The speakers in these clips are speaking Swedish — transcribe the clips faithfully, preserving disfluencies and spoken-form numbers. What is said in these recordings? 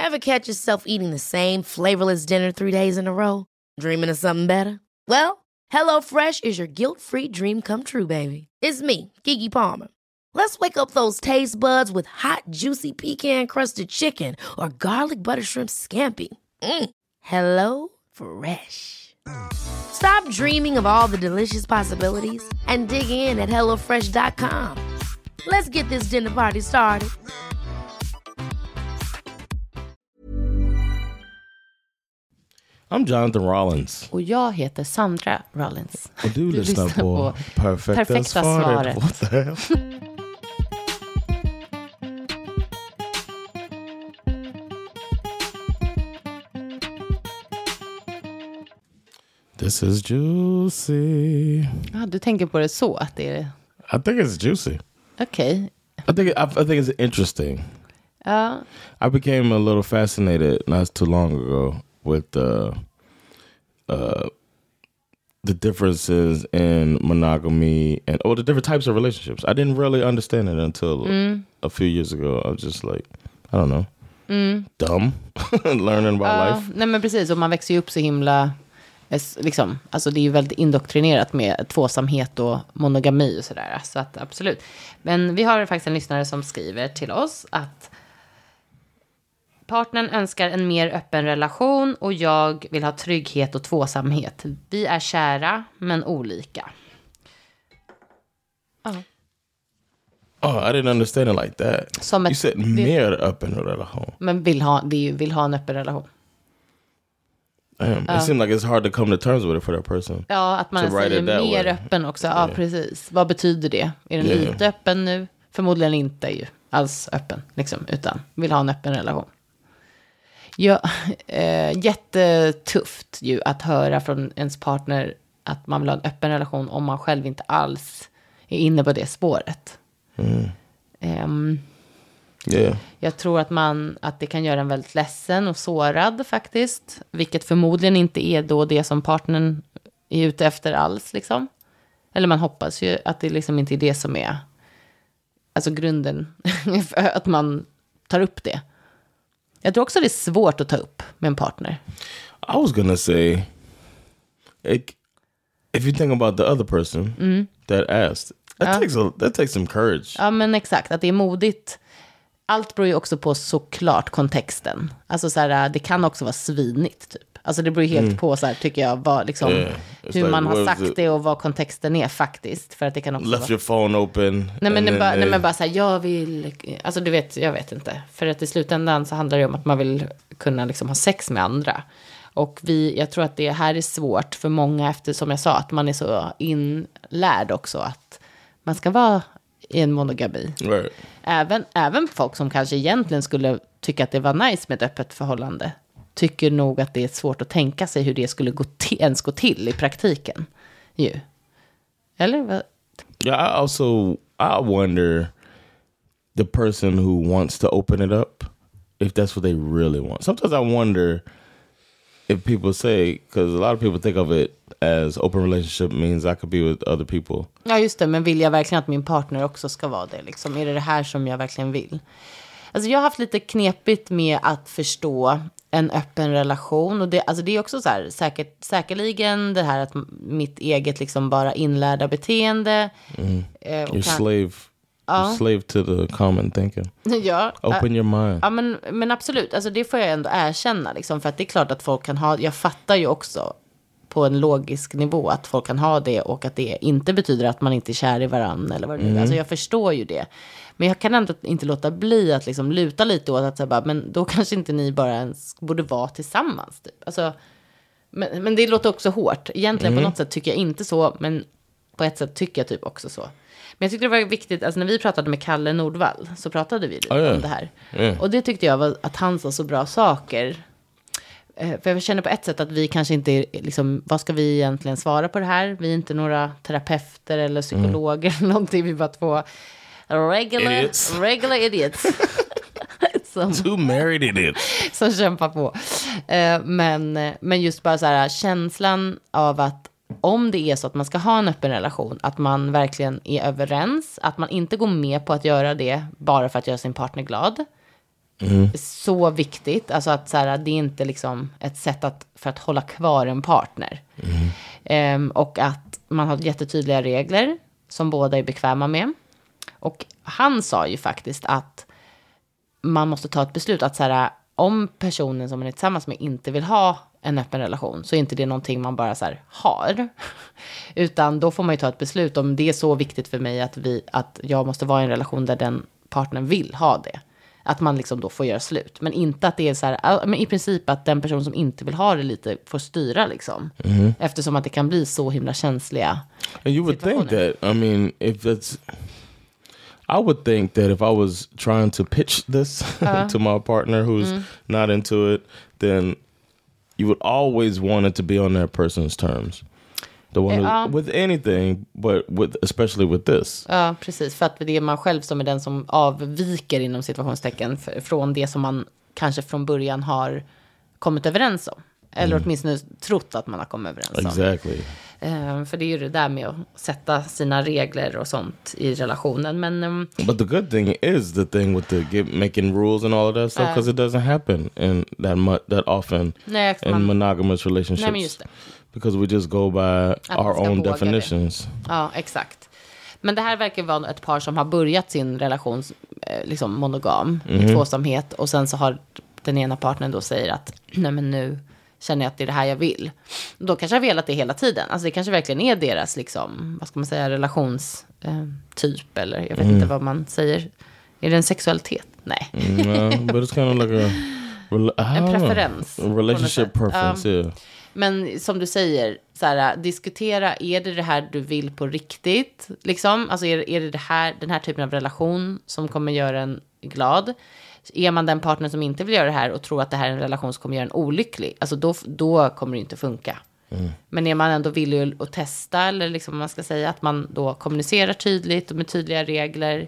Ever catch yourself eating the same flavorless dinner three days in a row? Dreaming of something better? Well, HelloFresh is your guilt-free dream come true, baby. It's me, Keke Palmer. Let's wake up those taste buds with hot, juicy pecan-crusted chicken or garlic butter shrimp scampi. Mm. Hello Fresh. Stop dreaming of all the delicious possibilities and dig in at hello fresh dot com. Let's get this dinner party started. I'm Jonathan Rollins. Och jag heter Sandra Rollins. Och du, du lyssnar, lyssnar på, på Perfekta, perfekta svaret. What the hell? This is juicy. Ja, du tänker på det så att det är... I think it's juicy. Okay. I think I, I think it's interesting. Ja. I became a little fascinated not too long ago with uh, uh, the differences in monogamy and oh, the different types of relationships. I didn't really understand it until mm. a few years ago. I was just like, I don't know, mm. dumb, learning about uh, life. Nej, men precis. Och man växer ju upp så himla, liksom, alltså det är ju väldigt indoktrinerat med tvåsamhet och monogami och sådär. Så att absolut. Men vi har faktiskt en lyssnare som skriver till oss att partnern önskar en mer öppen relation och jag vill ha trygghet och tvåsamhet. Vi är kära men olika. Uh. Oh, I didn't understand it like that. Som ett, you said mer öppen relation. Men vill ha, vi vill ha en öppen relation. Damn, uh. It seems like it's hard to come to terms with it for that person. Ja, att man säger mer way. öppen också. Ja, yeah. Precis. Vad betyder det? Är den yeah. lite öppen nu? Förmodligen inte ju alls öppen, liksom, utan vill ha en öppen relation. Ja, äh, jättetufft ju att höra från ens partner att man vill ha en öppen relation om man själv inte alls är inne på det spåret. Mm. Um, yeah. Jag tror att, man, att det kan göra en väldigt ledsen och sårad faktiskt. Vilket förmodligen inte är då det som partnern är ute efter alls. Liksom. Eller man hoppas ju att det liksom inte är det som är alltså grunden för att man tar upp det. Jag tror också det är svårt att ta upp med en partner. I was gonna say, like, if you think about the other person mm. that asked, that, ja. takes a, that takes some courage. Ja, men exakt. Att det är modigt. Allt beror ju också på såklart kontexten. Alltså så här, det kan också vara svinigt typ. Alltså det beror helt mm. på så här, tycker jag, vad, liksom, yeah. hur like, man har sagt det och vad kontexten är faktiskt. För att det kan också left vara... your phone open. Nej men, det bara, nej, men bara så här, jag vill... Alltså du vet, jag vet inte. För att i slutändan så handlar det om att man vill kunna liksom ha sex med andra. Och vi, jag tror att det här är svårt för många efter, som jag sa, att man är så inlärd också att man ska vara i en monogami. Right. Även, även folk som kanske egentligen skulle tycka att det var nice med ett öppet förhållande tycker nog att det är svårt att tänka sig hur det skulle gå till, ens gå till i praktiken. Ju. Eller vad? Yeah, I also I wonder the person who wants to open it up, if that's what they really want. Sometimes I wonder if people say, because a lot of people think of it as open relationship means I could be with other people. Ja, just det. Men vill jag verkligen att min partner också ska vara det? Liksom? Är det det här som jag verkligen vill? Alltså jag har haft lite knepigt med att förstå en öppen relation. Och det, alltså det är också så här, säkert, säkerligen det här att mitt eget liksom bara inlärda beteende. Mm. Eh, You're kan, slave. Ja. You're slave to the common thinking. Ja. Open uh, your mind. Ja, men, men absolut. Alltså det får jag ändå erkänna. Liksom, för att det är klart att folk kan ha, jag fattar ju också på en logisk nivå att folk kan ha det och att det inte betyder att man inte är kär i varann eller vad det är. Mm. Alltså jag förstår ju det. Men jag kan ändå inte låta bli att liksom luta lite åt att säga bara, men då kanske inte ni bara ens borde vara tillsammans typ. Alltså, men, men det låter också hårt. Egentligen mm. på något sätt tycker jag inte så, men på ett sätt tycker jag typ också så. Men jag tyckte det var viktigt, alltså när vi pratade med Kalle Nordvall så pratade vi lite oh, yeah. om det här. Yeah. Och det tyckte jag var att han sa så bra saker. För jag känner på ett sätt att vi kanske inte är, liksom, vad ska vi egentligen svara på det här? Vi är inte några terapeuter eller psykologer mm. eller någonting, vi är bara två regular idiots. Regular idiots. som, Two married idiots. Som kämpar på. Men, men just bara så här, känslan av att om det är så att man ska ha en öppen relation, att man verkligen är överens, att man inte går med på att göra det bara för att göra sin partner glad. Mm. Så viktigt. Alltså att så här, det är inte liksom ett sätt att, för att hålla kvar en partner. Mm. Um, och att man har jättetydliga regler som båda är bekväma med. Och han sa ju faktiskt att man måste ta ett beslut att så här, om personen som man är tillsammans med inte vill ha en öppen relation, så är inte det någonting man bara så här har. Utan då får man ju ta ett beslut om det är så viktigt för mig att, vi, att jag måste vara i en relation där den partnern vill ha det. Att man liksom då får göra slut. Men inte att det är så här, men i princip att den person som inte vill ha det lite får styra liksom. Mm. Eftersom att det kan bli så himla känsliga And you would think that, I mean, if it's... I would think that if I was trying to pitch this uh, to my partner who's mm. not into it, then you would always want it to be on that person's terms. The one uh, who, with anything, but with especially with this. Ja, precis. För att det är man själv som är den som avviker inom situationstecken för, från det som man kanske från början har kommit överens om. Eller mm. åtminstone trott att man har kommit överens om. Exactly. Uh, för det är ju det där med att sätta sina regler och sånt i relationen. Men, um, but the good thing is the thing with the get, making rules and all of that stuff, because uh, it doesn't happen in that mu- that often nej, in man, monogamous relationships. Nej, men just det. Because we just go by att our own definitions. Det. Ja, exakt. Men det här verkar vara ett par som har börjat sin relation eh, liksom monogam, mm-hmm. i tvåsamhet. Och sen så har den ena partnern då säger att nej men nu känner jag att det är det här jag vill. Då kanske jag velat det hela tiden. Alltså det kanske verkligen är deras liksom, vad ska man säga, relationstyp. Eh, eller jag vet mm. inte vad man säger. Är det en sexualitet? Nej. Mm, but it's kind of like a, rela- en preferens. A relationship preference, um, yeah. Men som du säger, så här, diskutera, är det det här du vill på riktigt? Liksom? Alltså är, är det, det här, den här typen av relation som kommer göra en glad? Är man den partner som inte vill göra det här och tror att det här är en relation som kommer göra en olycklig? Alltså då, då kommer det inte funka. Mm. Men är man ändå villig att testa, eller liksom man ska säga att man då kommunicerar tydligt och med tydliga regler.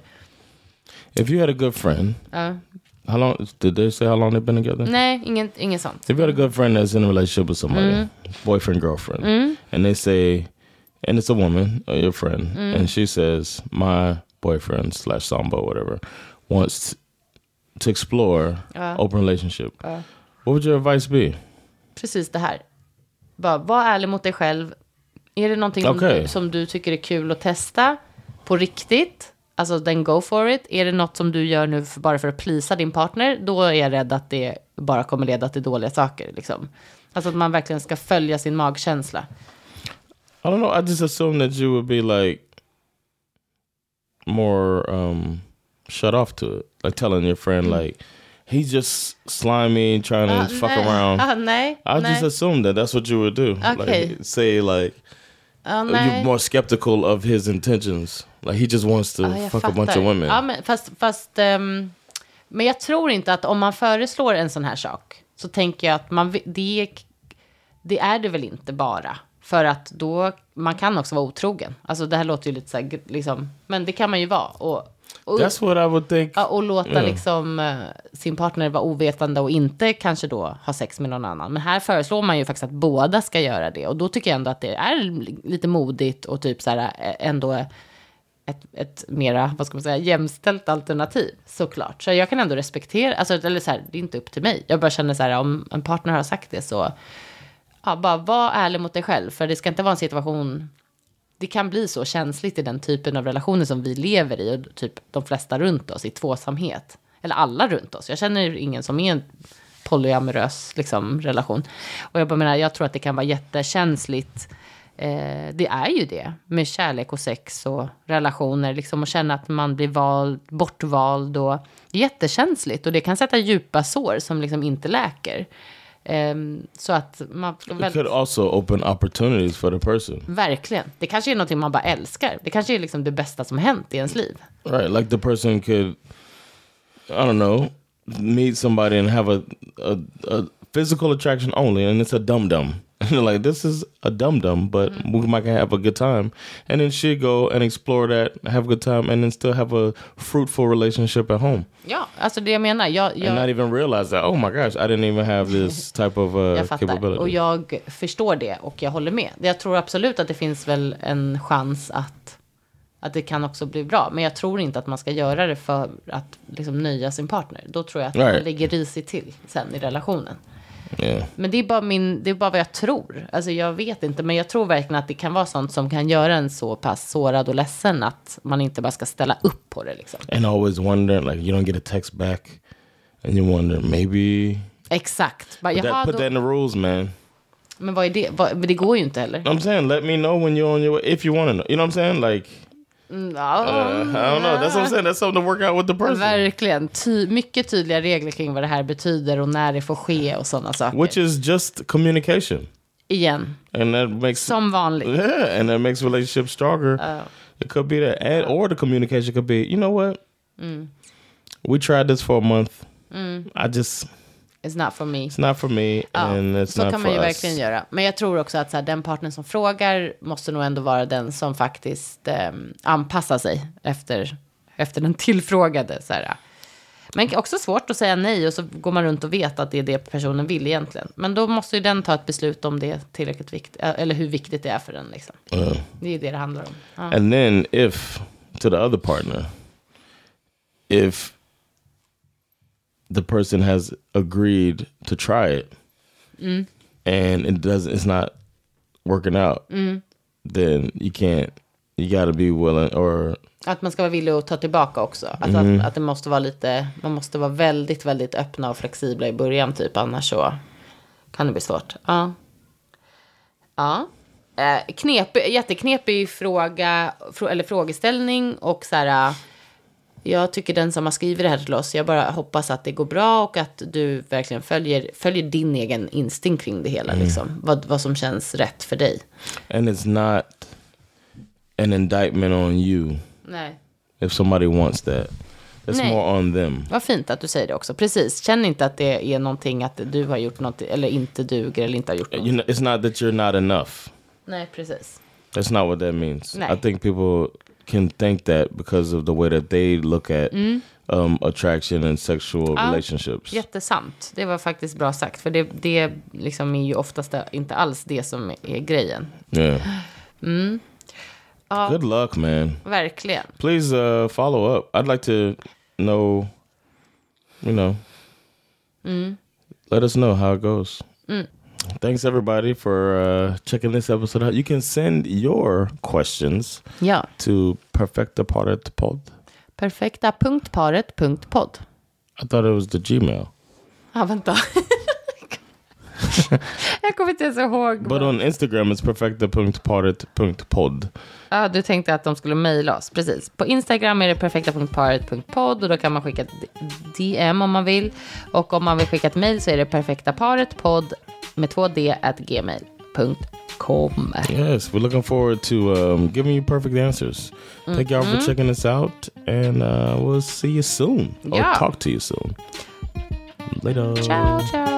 If you had a good friend... Uh. How long did they say how long they've been together? Nej, ingen, ingen sånt. If you had a good friend that's in a relationship with somebody, mm. boyfriend, girlfriend, mm. and they say, and it's a woman, or your friend, mm. and she says, my boyfriend slash samba, whatever, wants to explore uh. open relationship. Uh. What would your advice be? Precis det här. Bara, var ärlig mot dig själv. Är det någonting okay. du, som du tycker är kul att testa på riktigt? Alltså, then go for it. Är det något som du gör nu för, bara för att plisa din partner, då är jag rädd att det bara kommer leda till dåliga saker. Liksom. Alltså att man verkligen ska följa sin magkänsla. I don't know, I just assumed that you would be like more um, shut off to it. Like telling your friend mm. like, he's just slimy, trying to uh, fuck nej. around. Uh, nej, I nej. just assumed that that's what you would do. Okay. Like, say like, uh, you're more skeptical of his intentions. Like he just wants to ah, fuck fattar. a bunch of women. Ja, men fast, fast um, men jag tror inte att om man föreslår en sån här sak, så tänker jag att man, det, det är det väl inte bara. För att då, man kan också vara otrogen. Alltså det här låter ju lite så här, liksom, men det kan man ju vara. Och, och, That's what I would think. Ja, och låta yeah. liksom uh, sin partner vara ovetande och inte kanske då ha sex med någon annan. Men här föreslår man ju faktiskt att båda ska göra det. Och då tycker jag ändå att det är lite modigt och typ så här ändå ett, ett mera, vad ska man säga, jämställt alternativ, såklart. Så jag kan ändå respektera, alltså, eller så här, det är inte upp till mig. Jag bara känner så här, om en partner har sagt det, så ja, bara var ärlig mot dig själv. För det ska inte vara en situation, det kan bli så känsligt i den typen av relationer som vi lever i, och typ de flesta runt oss i tvåsamhet. Eller alla runt oss. Jag känner ingen som är en polyamorös liksom, relation. Och jag bara menar, jag tror att det kan vara jättekänsligt. Eh, det är ju det med kärlek och sex och relationer liksom, och känna att man blir vald, bortvald och jättekänsligt, och det kan sätta djupa sår som liksom inte läker. Eh, så att man ska väl... It could also open opportunities for the person. Verkligen. Det kanske är något man bara älskar. Det kanske är liksom det bästa som hänt i ens liv. Right, like the person could, I don't know, meet somebody and have a, a, a physical attraction only, and it's a dum-dum. And they're like, this is a dum-dum, but mm. we might have a good time. And then she go and explore that, have a good time, and then still have a fruitful relationship at home. Ja, alltså det jag menar. Jag, jag... And not even realize that, oh my gosh, I didn't even have this type of uh, jag fattar. capability. Och jag förstår det, och jag håller med. Jag tror absolut att det finns väl en chans att Att det kan också bli bra. Men jag tror inte att man ska göra det för att liksom nöja sin partner. Då tror jag att Right. man ligger risigt till sen i relationen. Yeah. Men det är bara min, det är bara vad jag tror. Alltså jag vet inte, men jag tror verkligen att det kan vara sånt som kan göra en så pass sårad och ledsen att man inte bara ska ställa upp på det liksom. And always wondering, like you don't get a text back and you wonder maybe. Exakt. Bara, Put, jaha, that, put då, that in the rules, man. men vad är det? Vad, men det går ju inte heller. I'm saying, let me know when you're on your way, if you want to know. You know what I'm saying? Like, Mm, ja, uh, I don't know. That's what I'm saying. That's something to work out with the person. verkligen. Ty, mycket tydliga regler kring vad det här betyder och när det får ske och sådana saker. Which is just communication. Igen. And that makes Som vanligt. yeah, and that makes relationships stronger. Uh, It could be that, and or the communication could be, you know what? mm. We tried this for a month. Mm. I just, It's not for me. it's not for me, Ja, and it's så not kan for man ju us. verkligen göra. Men jag tror också att så här, den partner som frågar måste nog ändå vara den som faktiskt eh, anpassar sig efter, efter den tillfrågade. Så här. Men också svårt att säga nej och så går man runt och vet att det är det personen vill egentligen. Men då måste ju den ta ett beslut om det är tillräckligt viktigt, eller hur viktigt det är för den. Liksom. Uh, Det är det det handlar om. Ja. and then if, to the other partner, if the person has agreed to try it, Mm. and it doesn't, it's not working out, Mm. then you can't, you gotta be willing, or Att man ska vara villig att ta tillbaka också. Alltså Mm. att, att det måste vara lite, man måste vara väldigt, väldigt öppna och flexibla i början typ. Annars så kan det bli svårt. Ja. Ja. Eh, knep, jätteknepig fråga, frå, eller frågeställning. Och så här, eh, jag tycker den som har skrivit det här till oss, jag bara hoppas att det går bra och att du verkligen följer, följer din egen instinkt kring det hela. Mm. Liksom. Vad, vad som känns rätt för dig. and it's not an indictment on you Nej. if somebody wants that. It's Nej. more on them. Vad fint att du säger det också. Precis. Känn inte att det är någonting att du har gjort något eller inte duger eller inte har gjort något. You know, it's not that you're not enough. Nej, precis. That's not what that means. Nej. I think people can think that because of the way that they look at um, attraction and sexual Ja. relationships. Jättesant. Det var faktiskt bra sagt. För det, det liksom är ju oftast inte alls det som är grejen. Yeah. Mm. Ja, Good luck, man. verkligen. Please uh, follow up. I'd like to know, you know, Mm. let us know how it goes. Mm. Thanks everybody for uh, checking this episode out. You can send your questions Ja. to perfectaparetpod. Perfekta punkt paret punkt podd. I thought it was the Gmail. Ja, vänta. Jag kommer inte ens ihåg. But on Instagram it's perfecta.paret.podd. Ja, du tänkte att de skulle mejla oss. Precis. På Instagram är det perfekta punkt paret punkt podd och då kan man skicka ett D M om man vill. Och om man vill skicka ett mejl så är det perfektaparetpodd med två d at gmail punkt com. Yes, we're looking forward to um, giving you perfect answers. Thank y'all for checking us out, and uh, we'll see you soon. Or Yeah. talk to you soon. Later. Ciao, ciao.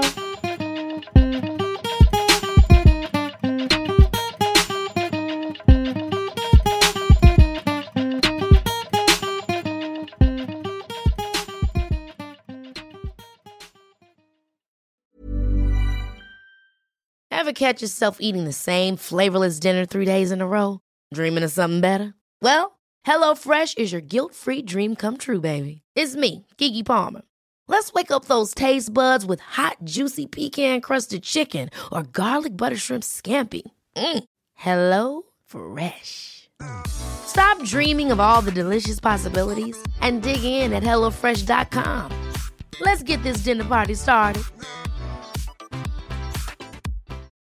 Ever catch yourself eating the same flavorless dinner three days in a row? Dreaming of something better? Well, HelloFresh is your guilt-free dream come true, baby. It's me, Keke Palmer. Let's wake up those taste buds with hot, juicy pecan-crusted chicken or garlic butter shrimp scampi. Mm. Hello Fresh. Stop dreaming of all the delicious possibilities and dig in at hello fresh dot com. Let's get this dinner party started.